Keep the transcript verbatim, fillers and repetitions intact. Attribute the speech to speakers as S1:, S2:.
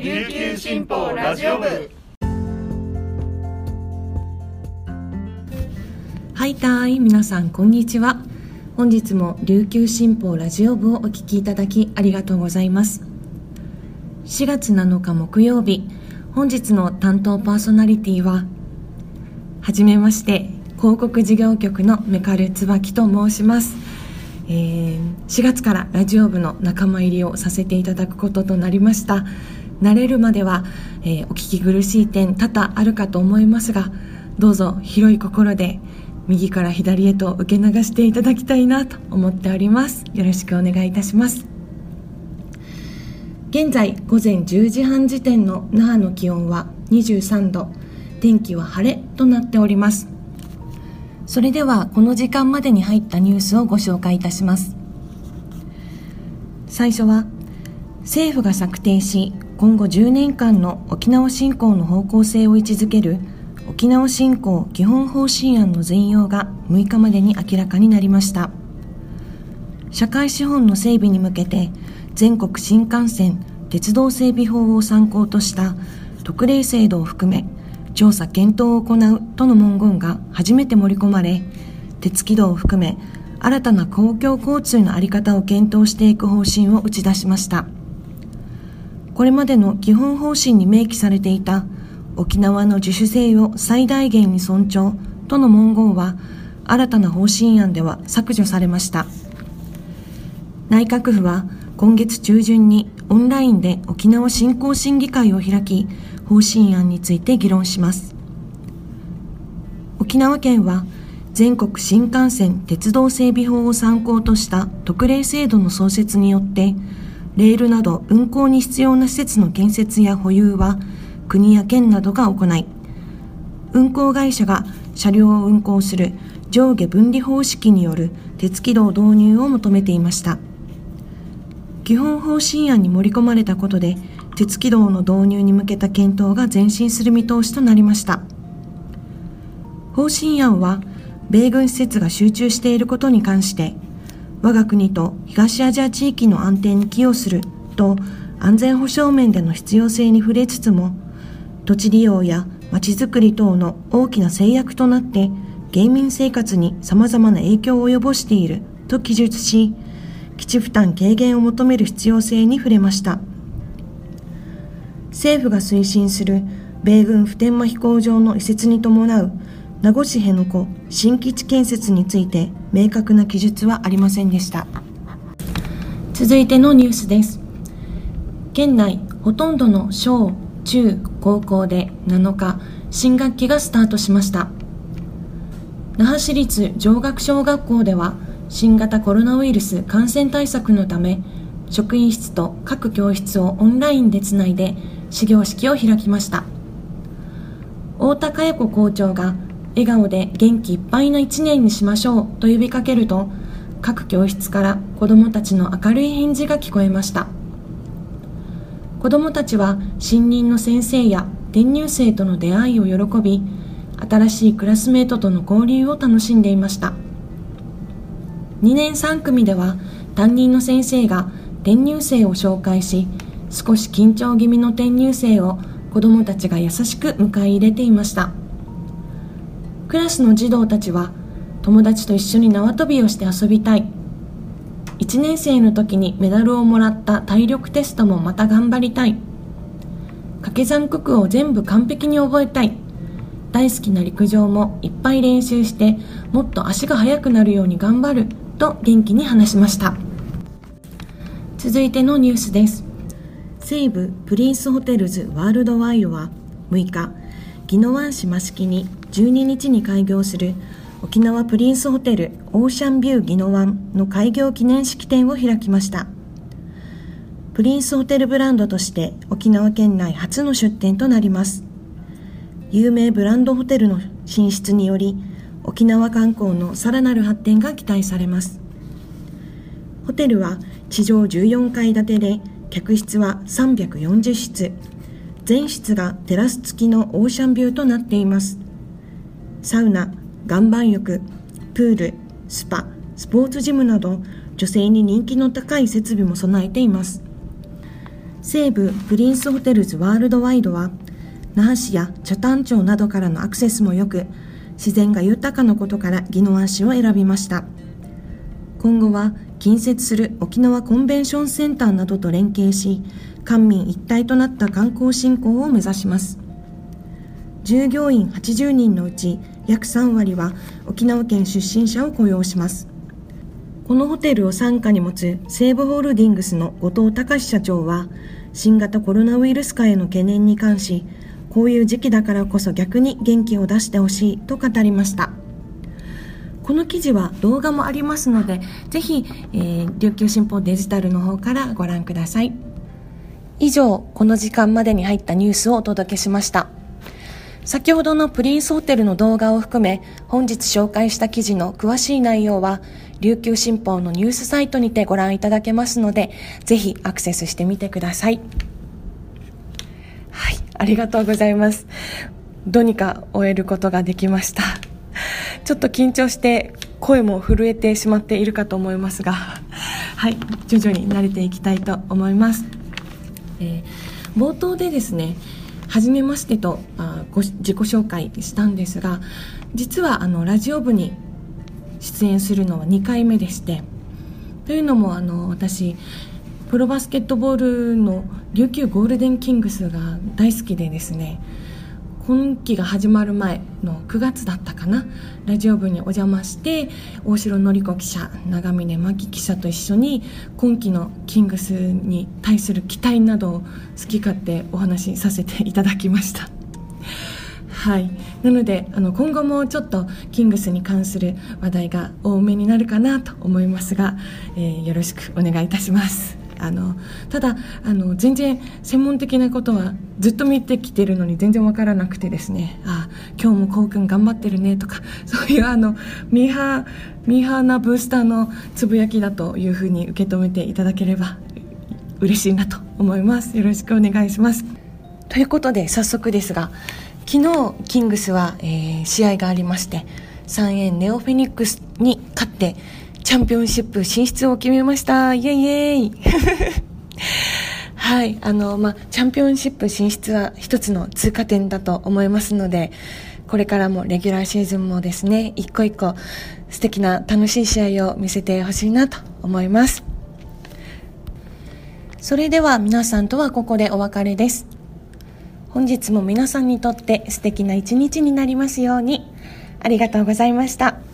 S1: 琉球新報ラジオ部。
S2: はいたーい、皆さんこんにちは。本日も琉球新報ラジオ部をお聞きいただきありがとうございます。しがつなのか木曜日、本日の担当パーソナリティははじめまして、広告事業局のメカル椿と申します。えー、しがつからラジオ部の仲間入りをさせていただくこととなりました。慣れるまでは、えー、お聞き苦しい点多々あるかと思いますが、どうぞ広い心で右から左へと受け流していただきたいなと思っております。よろしくお願いいたします。現在午前じゅうじはん時点の那覇の気温はにじゅうさんど、天気は晴れとなっております。それではこの時間までに入ったニュースをご紹介いたします。最初は、政府が策定し今後じゅうねんかんの沖縄振興の方向性を位置づける沖縄振興基本方針案の全容がむいかまでに明らかになりました。社会資本の整備に向けて全国新幹線鉄道整備法を参考とした特例制度を含め調査検討を行うとの文言が初めて盛り込まれ、鉄軌道を含め新たな公共交通の在り方を検討していく方針を打ち出しました。これまでの基本方針に明記されていた沖縄の自主性を最大限に尊重との文言は新たな方針案では削除されました。内閣府は今月中旬にオンラインで沖縄振興審議会を開き、方針案について議論します。沖縄県は全国新幹線鉄道整備法を参考とした特例制度の創設によってレールなど運行に必要な施設の建設や保有は国や県などが行い、運行会社が車両を運行する上下分離方式による鉄軌道導入を求めていました。基本方針案に盛り込まれたことで鉄軌道の導入に向けた検討が前進する見通しとなりました。方針案は米軍施設が集中していることに関して我が国と東アジア地域の安定に寄与すると安全保障面での必要性に触れつつも、土地利用やまちづくり等の大きな制約となって芸民生活に様々な影響を及ぼしていると記述し、基地負担軽減を求める必要性に触れました。政府が推進する米軍普天間飛行場の移設に伴う名護市辺野古新基地建設について明確な記述はありませんでした。続いてのニュースです。県内ほとんどの小・中・高校でなのか新学期がスタートしました。那覇市立上学小学校では新型コロナウイルス感染対策のため職員室と各教室をオンラインでつないで始業式を開きました。太田佳代子校長が笑顔で元気いっぱいの一年にしましょうと呼びかけると、各教室から子どもたちの明るい返事が聞こえました。子どもたちは新任の先生や転入生との出会いを喜び、新しいクラスメートとの交流を楽しんでいました。にねんさんくみでは担任の先生が転入生を紹介し、少し緊張気味の転入生を子どもたちが優しく迎え入れていました。クラスの児童たちは友達と一緒に縄跳びをして遊びたい、いちねん生の時にメダルをもらった体力テストもまた頑張りたい、掛け算九九を全部完璧に覚えたい、大好きな陸上もいっぱい練習してもっと足が速くなるように頑張ると元気に話しました。続いてのニュースです。西武プリンスホテルズワールドワイドはむいか、宜野湾市増木にじゅうににちに開業する沖縄プリンスホテルオーシャンビュー宜野湾の開業記念式典を開きました。プリンスホテルブランドとして沖縄県内初の出店となります。有名ブランドホテルの進出により沖縄観光のさらなる発展が期待されます。ホテルは地上じゅうよんかい建てで客室はさんびゃくよんじゅっしつ、全室がテラス付きのオーシャンビューとなっています。サウナ、岩盤浴、プール、スパ、スポーツジムなど女性に人気の高い設備も備えています。 西武プリンスホテルズワールドワイドは那覇市や北谷町などからのアクセスも良く、自然が豊かなことから宜野湾市を選びました。今後は近接する沖縄コンベンションセンターなどと連携し、官民一体となった観光振興を目指します。従業員はちじゅうにんのうち約さんわりは沖縄県出身者を雇用します。このホテルを傘下に持つ西武ホールディングスの後藤隆社長は、新型コロナウイルス化への懸念に関し、こういう時期だからこそ逆に元気を出してほしいと語りました。この記事は動画もありますので、ぜひ、えー、琉球新報デジタルの方からご覧ください。以上、この時間までに入ったニュースをお届けしました。先ほどのプリンスホテルの動画を含め、本日紹介した記事の詳しい内容は、琉球新報のニュースサイトにてご覧いただけますので、ぜひアクセスしてみてください。はい、ありがとうございます。どうにか終えることができました。ちょっと緊張して声も震えてしまっているかと思いますが、はい、徐々に慣れていきたいと思います。えー、冒頭でですね、はじめましてとあご自己紹介したんですが、実はあのラジオ部に出演するのはにかいめでして、というのもあの私プロバスケットボールの琉球ゴールデンキングスが大好きでですね、今期が始まる前のくがつだったかな、ラジオ部にお邪魔して大城典子記者、長峰真希記者と一緒に今期のキングスに対する期待などを好き勝手お話しさせていただきました。はい、なのであの今後もちょっとキングスに関する話題が多めになるかなと思いますが、えー、よろしくお願いいたします。あのただあの全然専門的なことはずっと見てきてるのに全然わからなくてですね、あ今日もこうくん頑張ってるねとか、そういうあのミーハーミーハーなブースターのつぶやきだというふうに受け止めていただければ嬉しいなと思います。よろしくお願いします。ということで早速ですが、昨日キングスは、えー、試合がありまして、三円ネオフェニックスに勝ってチャンピオンシップ進出を決めました。イエイイエイはい、あの、まあ、チャンピオンシップ進出は一つの通過点だと思いますので、これからもレギュラーシーズンもですね、一個一個素敵な楽しい試合を見せてほしいなと思います。それでは皆さんとはここでお別れです。本日も皆さんにとって素敵な一日になりますように。ありがとうございました。